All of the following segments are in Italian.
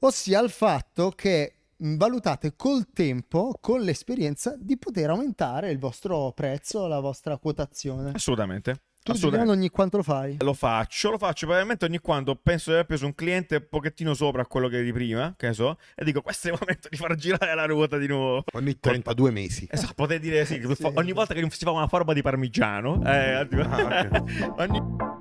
ossia il fatto che valutate col tempo, con l'esperienza, di poter aumentare il vostro prezzo, la vostra quotazione. Assolutamente. Tu Giuliano, ogni quanto lo fai? Lo faccio probabilmente ogni quanto penso di aver preso un cliente un pochettino sopra a quello che di prima, che ne so, e dico questo è il momento di far girare la ruota di nuovo. Ogni 32 mesi. Esatto, potete dire sì, ogni volta che si fa una forma di parmigiano. Okay. Ogni...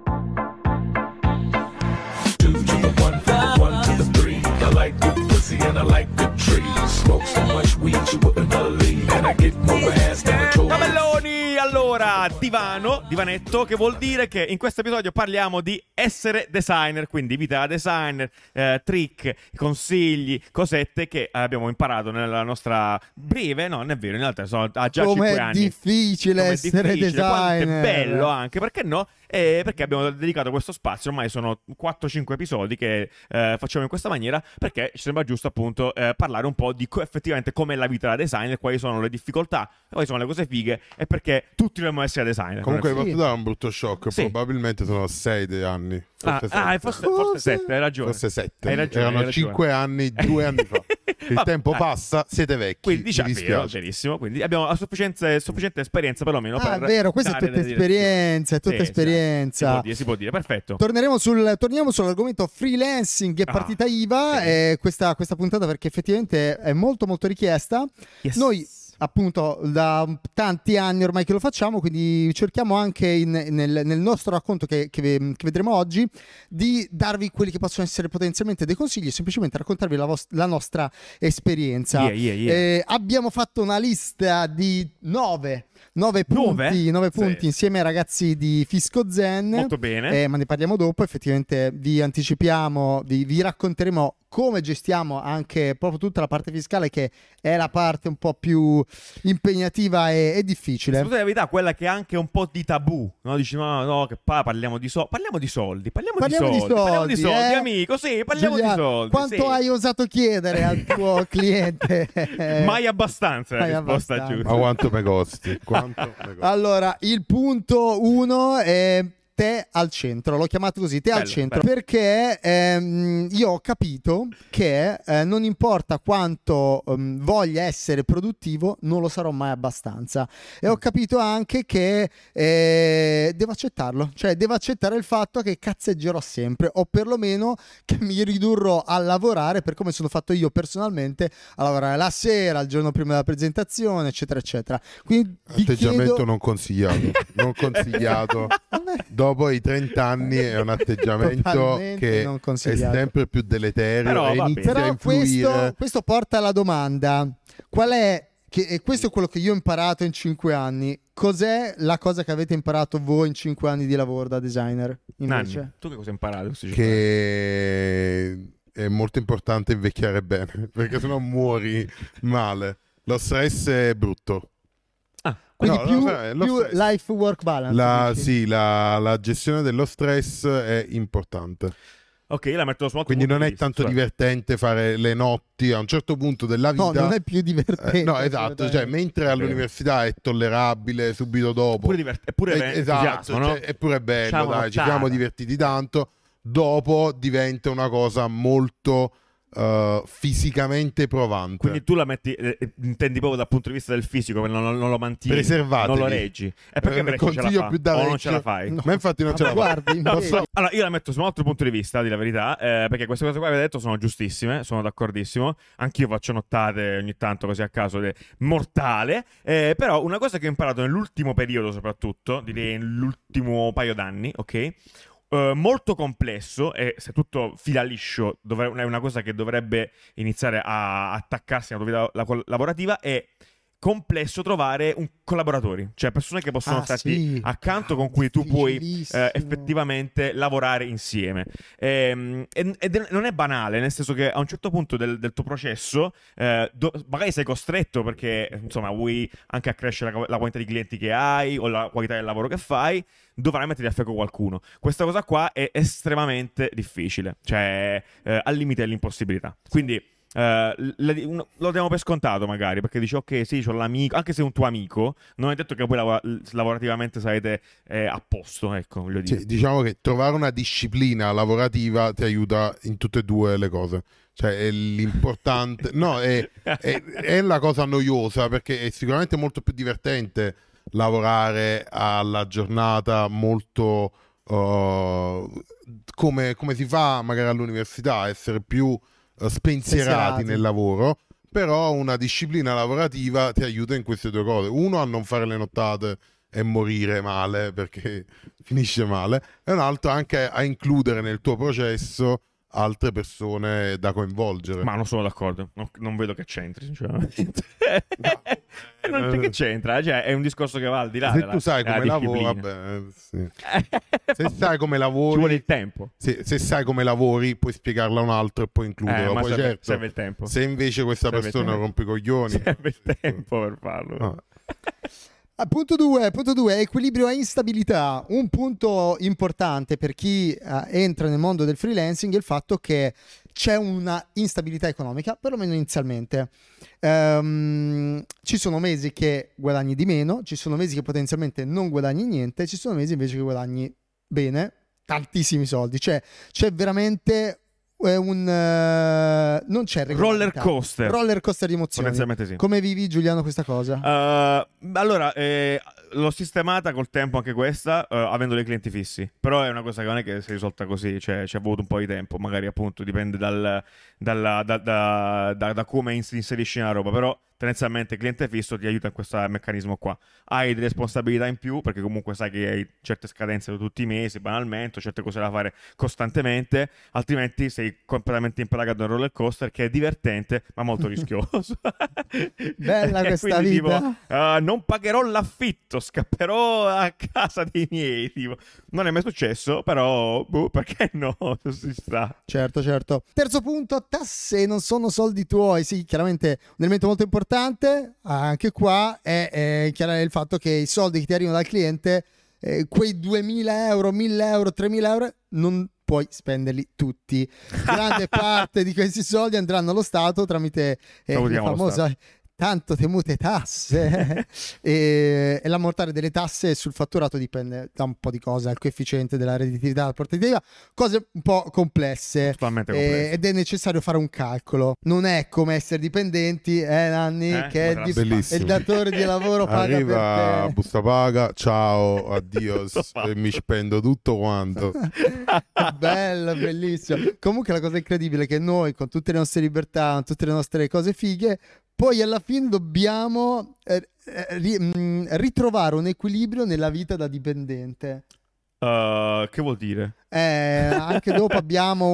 Tabelloni, allora, divanetto, che vuol dire che in questo episodio parliamo di essere designer, quindi vita da designer, trick, consigli, cosette che abbiamo imparato nella nostra breve, no, non è vero, in realtà sono già 5 anni. Difficile essere designer. È bello anche, perché no? Perché abbiamo dedicato questo spazio, ormai sono 4-5 episodi che facciamo in questa maniera, perché ci sembra giusto appunto parlare un po' di effettivamente com'è la vita da designer, quali sono le difficoltà, quali sono le cose fighe e perché tutti dobbiamo essere designer. Comunque hai fatto dare un brutto shock, probabilmente sono 6 anni. Forse 7, hai ragione. Forse 7. Erano 5 anni, 2 anni fa. Il tempo passa, siete vecchi. Quindi diciamo, benissimo. Quindi abbiamo la sufficiente esperienza, perlomeno. È vero, questa è tutta esperienza. È tutta esperienza. Si può dire, perfetto. Torniamo sull'argomento freelancing e partita IVA. Questa puntata, perché effettivamente è molto molto richiesta. Yes. Noi appunto da tanti anni ormai che lo facciamo, quindi cerchiamo anche nel nostro racconto che vedremo oggi di darvi quelli che possono essere potenzialmente dei consigli, semplicemente raccontarvi la nostra esperienza. Abbiamo fatto una lista di 9 punti insieme ai ragazzi di Fisco Zen. Molto bene. Ma ne parliamo dopo. Effettivamente vi anticipiamo, vi racconteremo come gestiamo anche proprio tutta la parte fiscale, che è la parte un po' più impegnativa e difficile. Scusate, la verità, quella che è anche un po' di tabù, no? Dici no, che parliamo di soldi. Parliamo di soldi, amico, sì, parliamo Giulia, di soldi. Quanto hai osato chiedere al tuo cliente? Mai abbastanza, la risposta giusta. Ma quanto me costi? Allora, il punto 1 è te al centro, l'ho chiamato così, te al centro, perché io ho capito che non importa quanto voglia essere produttivo, non lo sarò mai abbastanza, e ho capito anche che devo accettarlo, cioè devo accettare il fatto che cazzeggerò sempre, o perlomeno che mi ridurrò a lavorare per come sono fatto io personalmente, a lavorare la sera, il giorno prima della presentazione, eccetera eccetera. Quindi atteggiamento non consigliato. Dopo i 30 anni è un atteggiamento che è sempre più deleterio e inizia a influire. Questo porta alla domanda: qual è, e questo è quello che io ho imparato in 5 anni, cos'è la cosa che avete imparato voi in 5 anni di lavoro da designer? Invece? Nanni, tu che cosa hai imparato? Che è molto importante invecchiare bene, perché sennò muori male. Lo stress è brutto. Quindi più life-work balance. La gestione dello stress è importante. Ok, io la metto su. Quindi non è tanto divertente fare le notti a un certo punto della vita. No, non è più divertente. No, esatto, cioè mentre all'università è tollerabile, subito dopo. È pure esatto, no? Cioè, è pure bello, dai, ci siamo divertiti tanto. Dopo diventa una cosa molto fisicamente provante. Quindi tu la metti, intendi proprio dal punto di vista del fisico, non lo mantieni, preservatevi, non lo reggi. E perché consiglio più da non ce la fai? No. Ma infatti non ce la guardi. Allora io la metto su un altro punto di vista, di la verità, perché queste cose qua che avete detto sono giustissime, sono d'accordissimo. Anch'io faccio nottate ogni tanto così a caso, mortale. Però una cosa che ho imparato nell'ultimo periodo, soprattutto, direi nell'ultimo paio d'anni, ok? Molto complesso, e se tutto fila liscio è una cosa che dovrebbe iniziare a attaccarsi alla tua vita lavorativa. È complesso trovare collaboratori, cioè persone che possono starti accanto, con cui tu puoi effettivamente lavorare insieme, e non è banale, nel senso che a un certo punto del tuo processo magari sei costretto, perché insomma vuoi anche accrescere la quantità di clienti che hai o la qualità del lavoro che fai, dovrai metterti a fianco qualcuno. Questa cosa qua è estremamente difficile, cioè al limite dell'impossibilità. Quindi lo diamo per scontato, magari, perché dici ok, sì, c'ho l'amico, anche se è un tuo amico, non è detto che poi lavorativamente sarete a posto, ecco, voglio dire. Sì, diciamo che trovare una disciplina lavorativa ti aiuta in tutte e due le cose. Cioè è l'importante, no, è la cosa noiosa, perché è sicuramente molto più divertente lavorare alla giornata molto come si fa magari all'università, essere più spensierati nel lavoro, però una disciplina lavorativa ti aiuta in queste due cose: uno, a non fare le nottate e morire male perché finisce male, e un altro anche a includere nel tuo processo altre persone da coinvolgere. Ma non sono d'accordo, non vedo che c'entri, sinceramente. Non c'è che c'entra, cioè è un discorso che va al di là. Se tu sai come lavori, vabbè, sì. Se sai come lavori, ci vuole il tempo. Se sai come lavori, puoi spiegarla a un altro e poi includerlo. Ma poi serve il tempo. Se invece questa persona rompe i coglioni, serve il tempo per farlo. No. Punto 2, equilibrio e instabilità. Un punto importante per chi entra nel mondo del freelancing è il fatto che c'è una instabilità economica, perlomeno inizialmente. Ci sono mesi che guadagni di meno, ci sono mesi che potenzialmente non guadagni niente, ci sono mesi invece che guadagni bene, tantissimi soldi. Cioè c'è veramente non c'è roller coaster di emozioni. Potenzialmente sì. Come vivi, Giuliano, questa cosa? Allora, l'ho sistemata col tempo anche questa, avendo dei clienti fissi. Però è una cosa che non è che si è risolta così, cioè ci ha voluto un po' di tempo. Magari appunto dipende da come inserisci nella roba. Però tendenzialmente il cliente fisso ti aiuta in questo meccanismo qua. Hai delle responsabilità in più, perché comunque sai che hai certe scadenze tutti i mesi, banalmente, certe cose da fare costantemente, altrimenti sei completamente impalagato nel roller coaster, che è divertente ma molto rischioso. Bella questa quindi, vita. Tipo, non pagherò l'affitto, scapperò a casa dei miei, tipo. Non è mai successo, però perché no? Si sta. Certo. Terzo punto, tasse non sono soldi tuoi. Sì, chiaramente un elemento molto importante anche qua è chiarare il fatto che i soldi che ti arrivano dal cliente, quei 2.000 euro, 1.000 euro, 3.000 euro, non puoi spenderli tutti. Grande parte di questi soldi andranno allo Stato tramite il famoso tanto temute tasse e l'ammontare delle tasse sul fatturato dipende da un po' di cose, il coefficiente della redditività, la portativa, cose un po' complesse, ed è necessario fare un calcolo. Non è come essere dipendenti, Nanni, che è il datore di lavoro paga arriva per te. Busta paga, ciao, addio, e mi spendo tutto quanto. Bello, bellissimo. Comunque la cosa incredibile è che noi, con tutte le nostre libertà, con tutte le nostre cose fighe, poi alla fine dobbiamo ritrovare un equilibrio nella vita da dipendente. Che vuol dire? Anche dopo abbiamo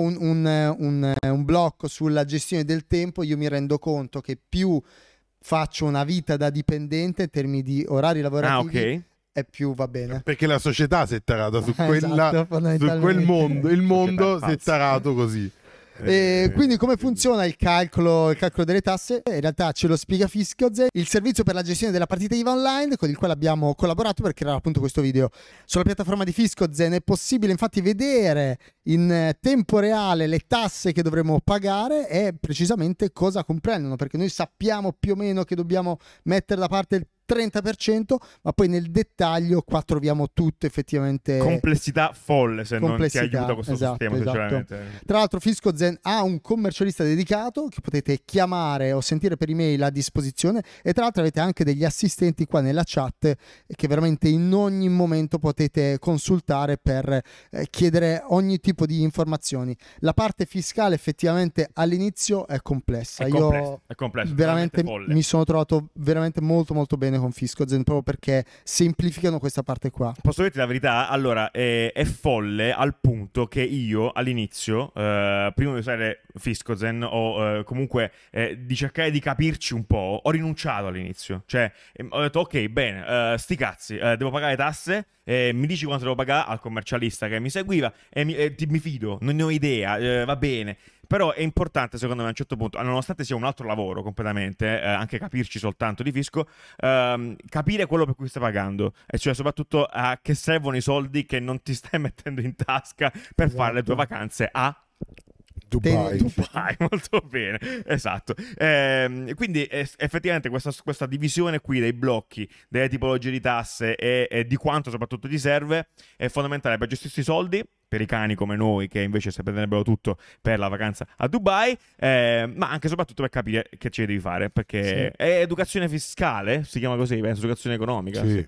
un blocco sulla gestione del tempo. Io mi rendo conto che più faccio una vita da dipendente in termini di orari lavorativi, e più va bene. Perché la società si è tarata su quel mondo. Il mondo si è tarato così. Quindi come funziona il calcolo delle tasse? In realtà ce lo spiega Fiscozen, il servizio per la gestione della partita IVA online, con il quale abbiamo collaborato per creare appunto questo video. Sulla piattaforma di Fiscozen è possibile infatti vedere in tempo reale le tasse che dovremo pagare e precisamente cosa comprendono, perché noi sappiamo più o meno che dobbiamo mettere da parte il 30%, ma poi nel dettaglio qua troviamo tutto effettivamente. Complessità folle, se non ti aiuta questo sistema, sinceramente. Tra l'altro Fiscozen ha un commercialista dedicato che potete chiamare o sentire per email a disposizione, e tra l'altro avete anche degli assistenti qua nella chat che veramente in ogni momento potete consultare per chiedere ogni tipo di informazioni. La parte fiscale effettivamente all'inizio è complessa. È complesso, veramente mi sono trovato veramente molto molto bene con Fiscozen, proprio perché semplificano questa parte qua. Posso dirti la verità? Allora, è folle al punto che io all'inizio, prima di usare Fiscozen o comunque di cercare di capirci un po', ho rinunciato all'inizio. Cioè, ho detto ok, bene, sti cazzi, devo pagare tasse, mi dici quanto devo pagare al commercialista che mi seguiva e mi fido, non ne ho idea, va bene. Però è importante, secondo me, a un certo punto, nonostante sia un altro lavoro completamente, anche capirci soltanto di fisco, capire quello per cui stai pagando, e cioè soprattutto a che servono i soldi che non ti stai mettendo in tasca per fare le tue vacanze a Dubai, molto bene, esatto. Quindi effettivamente questa divisione qui dei blocchi, delle tipologie di tasse e di quanto soprattutto ti serve è fondamentale per gestirsi i soldi, per i cani come noi, che invece si prenderebbero tutto per la vacanza a Dubai, ma anche e soprattutto per capire che ci devi fare, perché è educazione fiscale, si chiama così, penso, educazione economica. Sì.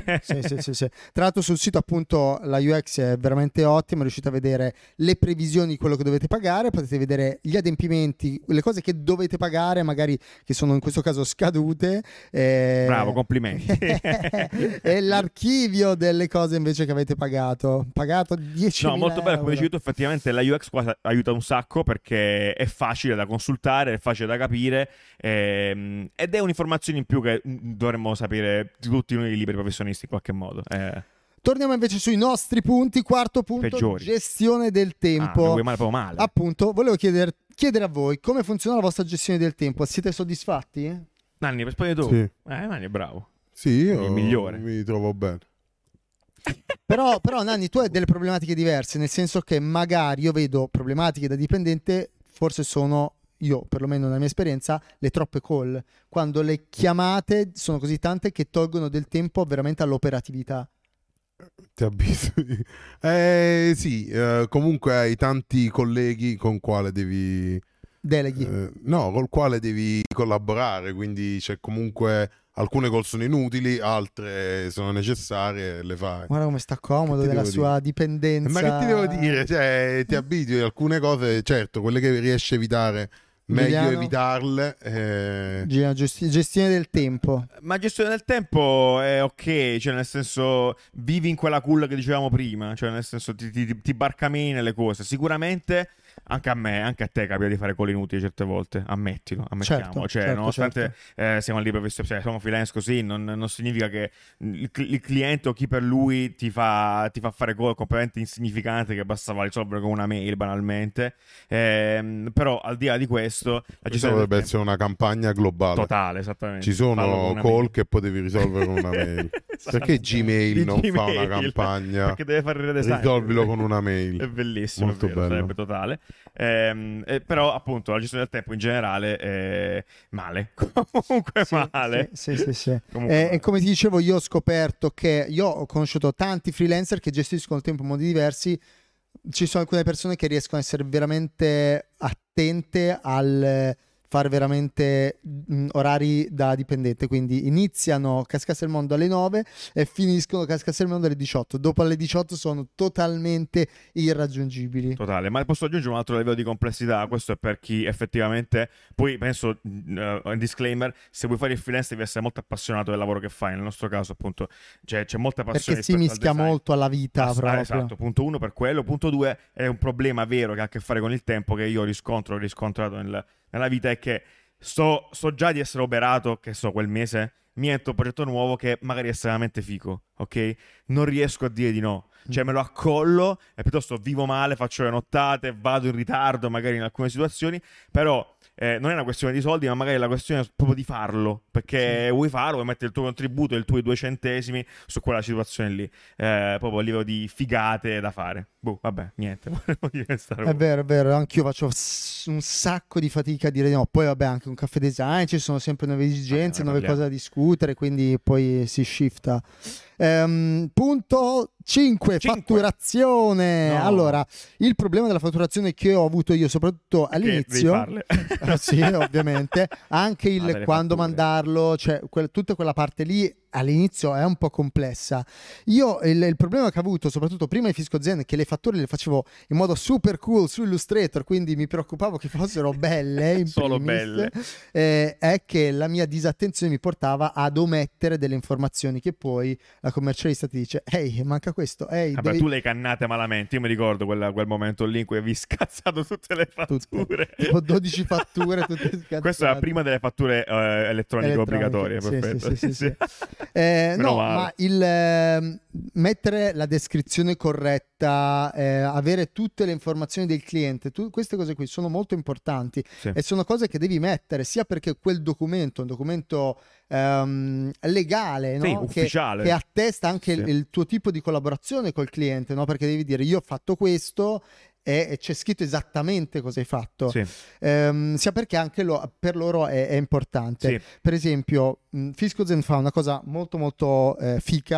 Tra l'altro sul sito appunto la UX è veramente ottima, riuscite a vedere le previsioni di quello che dovete pagare, potete vedere gli adempimenti, le cose che dovete pagare, magari che sono in questo caso scadute. Bravo, complimenti. E l'archivio delle cose invece che avete pagato 10.000 No, molto bello, come euro. dicevi tu, effettivamente la UX qua aiuta un sacco perché è facile da consultare, è facile da capire, ed è un'informazione in più che dovremmo sapere tutti noi liberi professionisti in qualche modo. Torniamo invece sui nostri punti. Quarto punto, Peggiori. gestione del tempo. Vuoi male, proprio male. Appunto, volevo chiedere a voi come funziona la vostra gestione del tempo. Siete soddisfatti? Nanni, rispondi tu. Sì. Nanni è bravo. Sì, io Il migliore. mi trovo bene. Però Nanni, tu hai delle problematiche diverse, nel senso che magari io vedo problematiche da dipendente, forse sono, io perlomeno nella mia esperienza, le troppe call, quando le chiamate sono così tante che tolgono del tempo veramente all'operatività. Ti abitui. Sì, comunque hai tanti colleghi con quale devi... Deleghi. No, col quale devi collaborare, quindi c'è comunque... Alcune call sono inutili, altre sono necessarie e le fai. Guarda come sta comodo della sua dipendenza. Ma che ti devo dire? Cioè, ti abitui a alcune cose, certo, quelle che riesci a evitare, meglio evitarle. Gestione del tempo. Ma gestione del tempo è ok, cioè nel senso vivi in quella culla che dicevamo prima, cioè nel senso ti barcameni nelle cose. Sicuramente anche a me, anche a te capita di fare call inutili certe volte, ammettiamo. Cioè, nonostante siamo liberi professionisti, cioè, siamo freelance così, non significa che il cliente o chi per lui ti fa fare call completamente insignificante che bastava risolvere con una mail banalmente. Però al di là di questo, la Questa dovrebbe essere una campagna globale. Totale, esattamente. Ci sono call che potevi risolvere con una mail. Perché Gmail non fa una campagna? Perché deve fare il redesign. Risolvilo con una mail. È bellissimo, molto bello. Sarebbe totale. Però appunto la gestione del tempo in generale è male. Comunque male. Sì. Comunque e come ti dicevo, io ho scoperto che io ho conosciuto tanti freelancer che gestiscono il tempo in modi diversi. Ci sono alcune persone che riescono a essere veramente attente al fare veramente orari da dipendente, quindi iniziano Cascasse il Mondo alle 9 e finiscono Cascasse il Mondo alle 18. Dopo alle 18 sono totalmente irraggiungibili. Totale, ma posso aggiungere un altro livello di complessità. Questo è per chi effettivamente, poi penso, disclaimer, se vuoi fare il freelance devi essere molto appassionato del lavoro che fai. Nel nostro caso appunto c'è molta passione, perché si mischia molto alla vita proprio. Esatto, punto 1 per quello. Punto 2 è un problema vero che ha a che fare con il tempo, che io ho riscontrato nella vita, è che so già di essere operato, che so, quel mese mi entro un progetto nuovo che magari è estremamente figo, ok? Non riesco a dire di no, cioè me lo accollo e piuttosto vivo male, faccio le nottate, vado in ritardo magari in alcune situazioni, però non è una questione di soldi, ma magari è la questione proprio di farlo, perché vuoi farlo, vuoi mettere il tuo contributo e i tuoi 2 centesimi su quella situazione lì, proprio a livello di figate da fare. Vabbè, niente. È vero, anch'io faccio un sacco di fatica a dire no. Poi vabbè, anche un caffè design, ci sono sempre nuove esigenze, nuove cose da discutere, quindi poi si shifta. Punto 5, fatturazione. No. Allora, il problema della fatturazione che ho avuto io, soprattutto all'inizio, sì, ovviamente, anche il quando mandarlo, cioè tutta quella parte lì all'inizio è un po' complessa. Io il problema che ho avuto, soprattutto prima di Fisco Zen, che le fatture le facevo in modo super cool su Illustrator, quindi mi preoccupavo che fossero belle in solo primis, belle, è che la mia disattenzione mi portava ad omettere delle informazioni che poi la commercialista ti dice: ehi, manca questo. Vabbè, tu le cannate malamente. Io mi ricordo quel momento lì in cui avevi scazzato tutte le fatture, tipo 12 fatture tutte scazzate. Questa era prima delle fatture elettroniche obbligatorie. Perfetto. Sì. No, ma il mettere la descrizione corretta, avere tutte le informazioni del cliente, queste cose qui sono molto importanti, e sono cose che devi mettere, sia perché quel documento è un documento legale, no? Ufficiale, che attesta anche il tuo tipo di collaborazione col cliente, no? Perché devi dire: io ho fatto questo e c'è scritto esattamente cosa hai fatto, sia perché anche per loro è importante. Per esempio, Fisco Zen fa una cosa molto molto fica,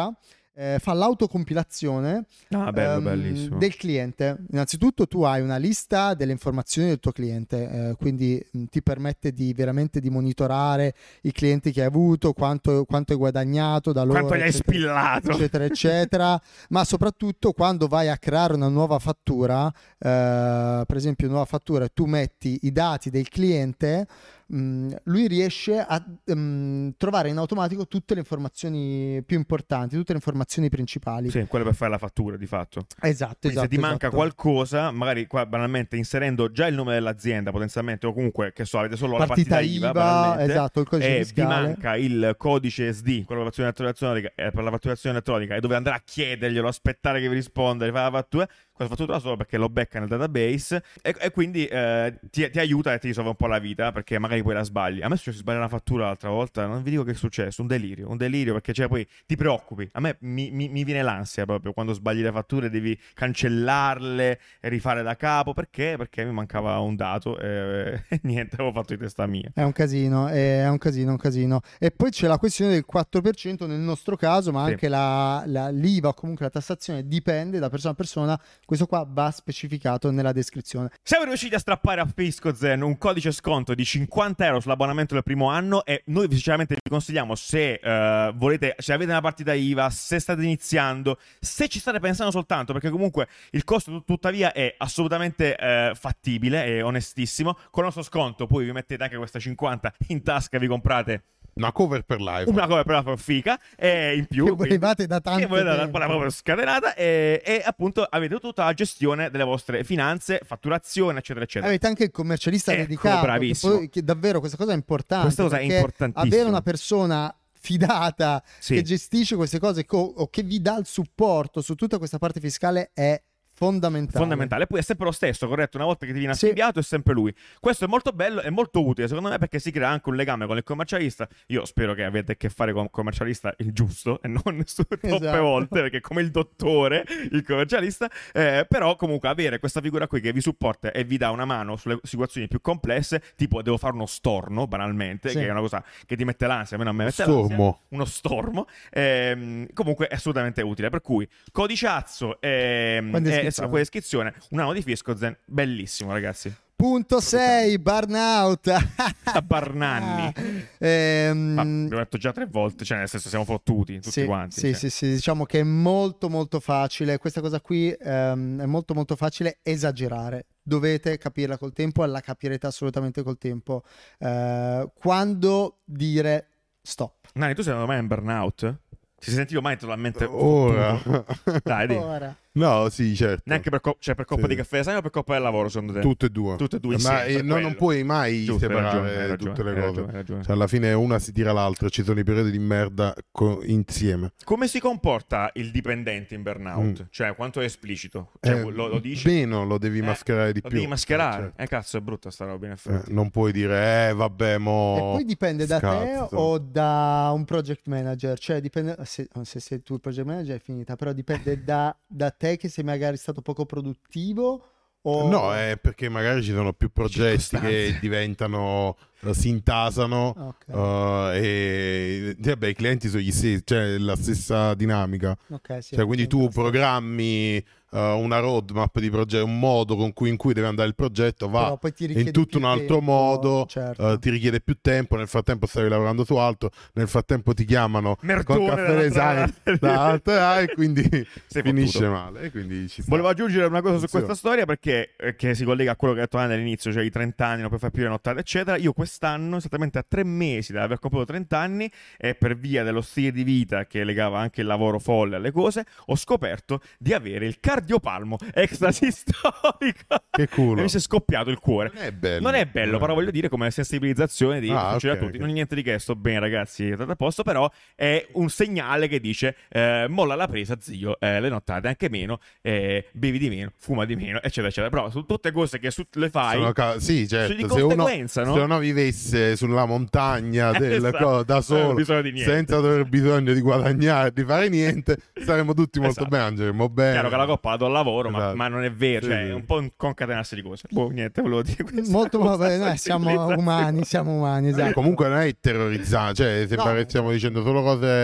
fa l'autocompilazione bellissimo. del cliente. Innanzitutto tu hai una lista delle informazioni del tuo cliente, quindi ti permette veramente di monitorare i clienti che hai avuto, quanto hai guadagnato da loro, quanto gli hai spillato, eccetera eccetera. Ma soprattutto quando vai a creare una nuova fattura, per esempio nuova fattura, tu metti i dati del cliente, lui riesce a trovare in automatico tutte le informazioni più importanti, tutte le informazioni principali. Sì, quelle per fare la fattura di fatto. Esatto. Se ti manca qualcosa, magari qua banalmente inserendo già il nome dell'azienda potenzialmente, o comunque, che so, avete solo la partita IVA, esatto, il codice fiscale. Vi manca il codice SD, quello per la fatturazione elettronica, e dove andrà a chiederglielo, aspettare che vi risponda, fare la fattura. Questa fattura solo perché lo becca nel database e quindi ti aiuta e ti risolve un po' la vita, perché magari poi la sbagli. A me si sbaglia una fattura l'altra volta, non vi dico che è successo, un delirio perché cioè poi ti preoccupi. A me mi viene l'ansia proprio quando sbagli le fatture, devi cancellarle e rifare da capo, perché mi mancava un dato e niente, avevo fatto di testa mia. È un casino. E poi c'è la questione del 4% nel nostro caso, ma anche l'IVA o comunque la tassazione dipende da persona a persona. Questo qua va specificato nella descrizione. Siamo riusciti a strappare a Fiscozen un codice sconto di 50 euro sull'abbonamento del primo anno, e noi sinceramente vi consigliamo, se volete, se avete una partita IVA, se state iniziando, se ci state pensando soltanto, perché comunque il costo tuttavia è assolutamente fattibile e onestissimo. Con il nostro sconto poi vi mettete anche questa 50 in tasca e vi comprate una cover per live. Una cover per la fica, e in più che volevate da tanto tempo, proprio scatenata, e appunto avete tutta la gestione delle vostre finanze, fatturazione, eccetera eccetera. Avete anche il commercialista dedicato, bravissimo. Che davvero questa cosa è importante. Questa cosa è importantissima. Avere una persona fidata che gestisce queste cose o che vi dà il supporto su tutta questa parte fiscale è fondamentale. Poi è sempre lo stesso, corretto? Una volta che ti viene affiliato è sempre lui. Questo è molto bello e molto utile secondo me, perché si crea anche un legame con il commercialista. Io spero che avete a che fare con un commercialista il giusto e non troppe volte, perché come il dottore, il commercialista, però comunque avere questa figura qui che vi supporta e vi dà una mano sulle situazioni più complesse, tipo devo fare uno storno banalmente, che è una cosa che ti mette l'ansia, almeno a me mette l'ansia, uno stormo, comunque è assolutamente utile. Per cui codiciazzo quella iscrizione, un anno di Fiscozen, bellissimo ragazzi. Punto 6, burnout. Barnanni. Abbiamo detto già 3 volte, cioè nel senso siamo fottuti tutti quanti. Sì, diciamo che è molto molto facile questa cosa qui, è molto molto facile esagerare. Dovete capirla col tempo, la capirete assolutamente col tempo. Quando dire stop. Nani, tu secondo me è un burnout? Si sentito mai totalmente ora? Dai, di. Ora. No, sì, certo. Neanche per colpa di caffè design o per colpa del lavoro, secondo te? Tutte e due. Ma non puoi mai separare tutte le cose. Hai ragione. Cioè, alla fine una si tira l'altra, ci sono i periodi di merda insieme. Come si comporta il dipendente in burnout? Cioè, quanto è esplicito? Cioè, lo dici? Meno, lo devi mascherare di più. Lo devi mascherare? Certo. Cazzo, è brutta sta roba in effetti. Non puoi dire, vabbè, mo... E poi dipende da te o da un project manager. Cioè, dipende... Se sei tu il project manager è finita, però dipende da te, che sei magari stato poco produttivo o... No, è perché magari ci sono più progetti che diventano, si intasano, e vabbè, i clienti sono gli stessi, cioè la stessa dinamica. Cioè, quindi tu programmi una roadmap di progetto, un modo in cui deve andare il progetto, va in tutto un altro modo, ti richiede più tempo, nel frattempo stavi lavorando su altro, nel frattempo ti chiamano con caffè design e quindi finisce male. E quindi volevo aggiungere una cosa su questa storia, perché che si collega a quello che ho detto all'inizio, cioè i 30 anni, non puoi fare più le nottate eccetera. Io quest'anno, esattamente a 3 mesi dall'aver compiuto 30 anni, e per via dello stile di vita che legava anche il lavoro folle alle cose, ho scoperto di avere il cardiopalmo extrasistolico. Che culo. E mi si è scoppiato il cuore. Non è bello, però voglio dire, come sensibilizzazione di succede a tutti. Non è niente di che, sto bene ragazzi, tutto a posto, però è un segnale che dice molla la presa zio, le nottate anche meno, bevi di meno, fuma di meno, eccetera eccetera. Però su tutte cose che le fai sì, certo. di conseguenza, se uno vivesse sulla montagna da solo, senza aver bisogno di guadagnare, di fare niente, saremmo tutti molto bene, mangeremmo bene. Chiaro che la coppa la do al lavoro, ma non è vero, cioè è un po' un concatenarsi di cose. Niente, volevo dire questo. Molto noi siamo umani, esatto. Comunque non è terrorizzante, cioè stiamo dicendo solo cose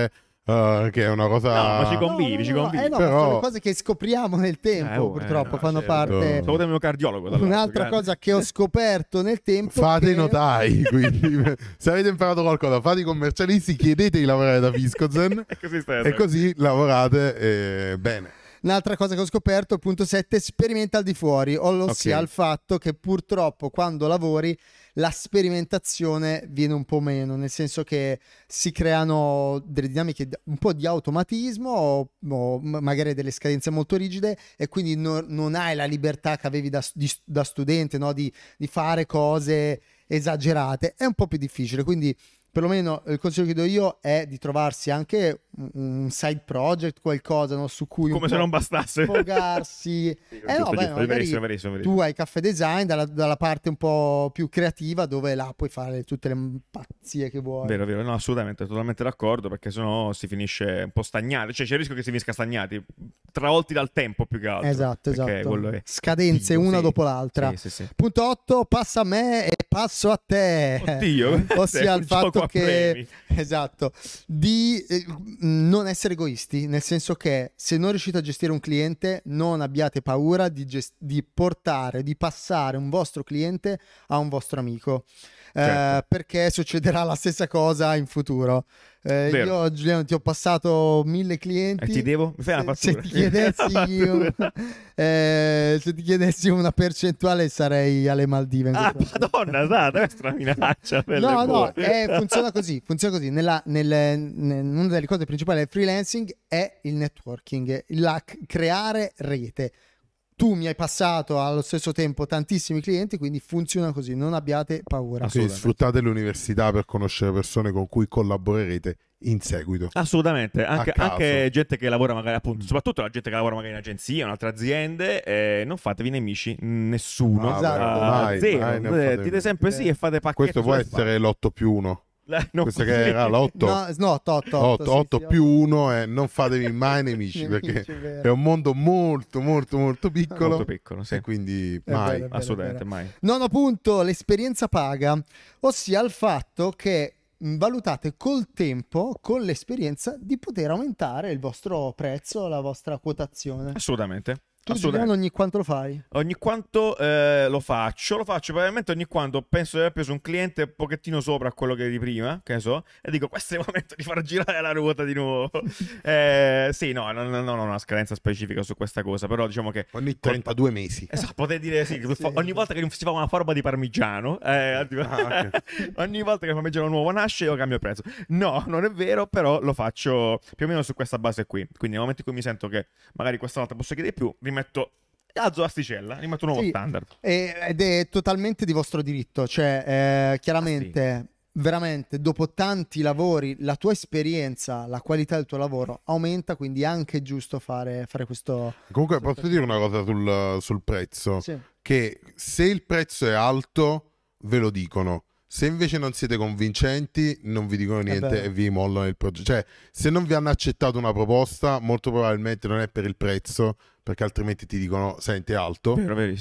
che è una cosa... No, ma ci convivi, ci convivi. No, Però... ma sono le cose che scopriamo nel tempo, purtroppo, fanno certo. parte... Saluto il mio cardiologo. Un'altra cosa che ho scoperto nel tempo... Fate che... i notai, quindi se avete imparato qualcosa, fate i commercialisti, chiedete di lavorare da Fiscozen e così lavorate bene. Un'altra cosa che ho scoperto, il punto 7, sperimenta al di fuori, ossia il fatto che purtroppo quando lavori la sperimentazione viene un po' meno, nel senso che si creano delle dinamiche un po' di automatismo o magari delle scadenze molto rigide e quindi non hai la libertà che avevi da studente, no? di fare cose esagerate. È un po' più difficile, quindi perlomeno il consiglio che do io è di trovarsi anche un side project, qualcosa, no, su cui come se non bastasse sfogarsi. Magari verissimo. Tu hai Caffè Design dalla parte un po' più creativa, dove là puoi fare tutte le pazzie che vuoi. Vero, no, assolutamente, totalmente d'accordo, perché sennò si finisce un po' stagnati, cioè c'è il rischio che si finisca stagnati, travolti dal tempo più che altro. Esatto. È... Scadenze una dopo l'altra. Sì. Punto 8, passa a me e passo a te. Oddio, ossia il fatto che di non essere egoisti, nel senso che se non riuscite a gestire un cliente non abbiate paura di passare un vostro cliente a un vostro amico, perché succederà la stessa cosa in futuro. Io, Giuliano, ti ho passato 1000 clienti. Ti devo? Mi fai una fattura? Se ti chiedessi una percentuale sarei alle Maldive. Madonna, questa è una minaccia. Funziona così. Una delle cose principali del freelancing è il networking, creare rete. Tu mi hai passato allo stesso tempo tantissimi clienti, quindi funziona così, non abbiate paura. Sì, sfruttate l'università per conoscere persone con cui collaborerete in seguito. Assolutamente, anche gente che lavora magari, appunto, soprattutto la gente che lavora magari in agenzia, in altre aziende, non fatevi nemici, nessuno. Zero. Dite sempre sì e fate pacchetti. Questo può essere l'8+1. Questo che era l'8 8+1 è non fatevi mai nemici, perché è un mondo molto piccolo, sì. E quindi mai, assolutamente mai. Nono punto, l'esperienza paga, ossia il fatto che valutate col tempo, con l'esperienza, di poter aumentare il vostro prezzo, la vostra quotazione. Assolutamente. Tu, Giuliano, ogni quanto lo fai? Ogni quanto lo faccio probabilmente ogni quanto penso di aver preso un cliente un pochettino sopra a quello che di prima, che ne so, e dico questo è il momento di far girare la ruota di nuovo. Sì, no, non ho una scadenza specifica su questa cosa, però diciamo che ogni 32 mesi. Esatto, potete dire sì. Ogni volta che si fa una forma di parmigiano, okay. Ogni volta che il parmigiano nuovo nasce io cambio il prezzo. No, non è vero, però lo faccio più o meno su questa base qui. Quindi nel momento in cui mi sento che magari questa volta posso chiedere di più, alzo l'asticella, rimetto un nuovo standard. Ed è totalmente di vostro diritto, cioè chiaramente, veramente, dopo tanti lavori, la tua esperienza, la qualità del tuo lavoro aumenta, quindi è anche giusto fare questo. Comunque posso dire una cosa sul prezzo, che se il prezzo è alto ve lo dicono. Se invece non siete convincenti, non vi dicono niente e vi mollano il progetto. Cioè, se non vi hanno accettato una proposta, molto probabilmente non è per il prezzo, perché altrimenti ti dicono senti è alto,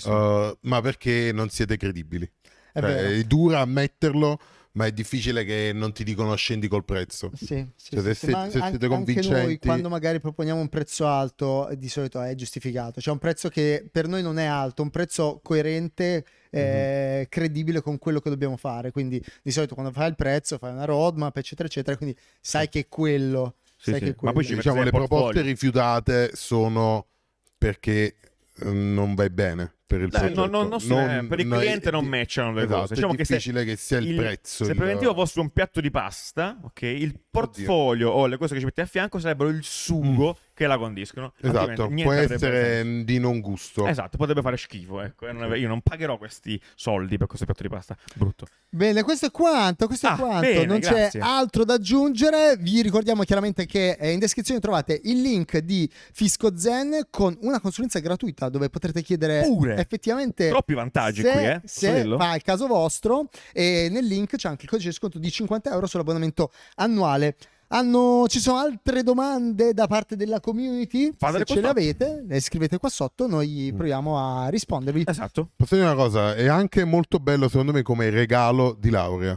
ma perché non siete credibili. È dura ammetterlo, ma è difficile che non ti dicono scendi col prezzo. Se siete convincenti. Anche noi, quando magari proponiamo un prezzo alto, di solito è giustificato. Cioè un prezzo che per noi non è alto, un prezzo coerente, credibile con quello che dobbiamo fare. Quindi di solito quando fai il prezzo fai una roadmap, eccetera, eccetera. Quindi sai che è quello. Ma poi diciamo le proposte rifiutate sono perché non vai bene per il progetto. Per il cliente non matchano le cose. Diciamo è difficile che sia il prezzo. Se il preventivo fosse un piatto di pasta, ok, il portfolio o le cose che ci metti a fianco sarebbero il sugo che la condiscono. Esatto, può essere di non gusto. Esatto, potrebbe fare schifo. Ecco. Io non pagherò questi soldi per questo piatto di pasta brutto. Bene, questo è quanto. Bene, non grazie. C'è altro da aggiungere. Vi ricordiamo chiaramente che in descrizione trovate il link di Fiscozen con una consulenza gratuita dove potrete chiedere effettivamente troppi vantaggi se fa il caso vostro, e nel link c'è anche il codice di sconto di 50 euro sull'abbonamento annuale. Ci sono altre domande da parte della community? Se ce le avete, le scrivete qua sotto, noi proviamo a rispondervi. Esatto. Posso dire una cosa? È anche molto bello secondo me come regalo di laurea.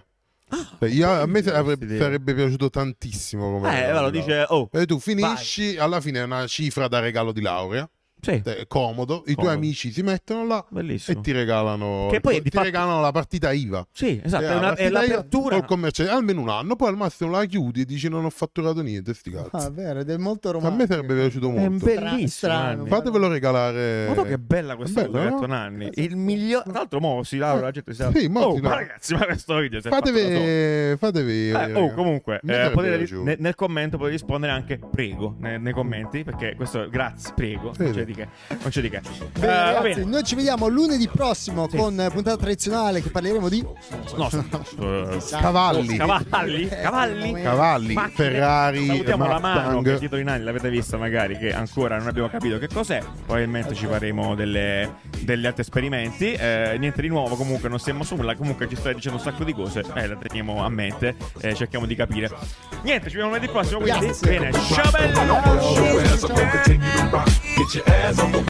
A me sarebbe piaciuto tantissimo come allora dice, tu finisci, alla fine è una cifra da regalo di laurea. Sì. Comodo, i tuoi amici si mettono là. Bellissimo. E ti regalano che poi regalano la partita IVA. Sì, esatto, è l'apertura col commerciale almeno un anno, poi al massimo la chiudi e dici non ho fatturato niente, sti cazzi. Vero, ed è molto romantico. A me sarebbe piaciuto molto. È bellissimo. Fatevelo regalare. Ma che bella questa cosa, no? Nanni. Il migliore. Tra l'altro mo si laurea, la gente si Sì, ma ragazzi, ma questo video fatevi comunque nel commento potete rispondere anche prego nei commenti, perché questo grazie, prego, non c'è di che. Bene, ragazzi, noi ci vediamo lunedì prossimo con puntata tradizionale che parleremo di cavalli, macchine. Ferrari, salutiamo la mano Mustang. che il titolo in anni l'avete vista magari, che ancora non abbiamo capito che cos'è, probabilmente ci faremo degli altri esperimenti, niente di nuovo, comunque non siamo sulla, comunque ci stai dicendo un sacco di cose, la teniamo a mente, cerchiamo di capire. Niente, ci vediamo lunedì prossimo, quindi bene, ciao bello.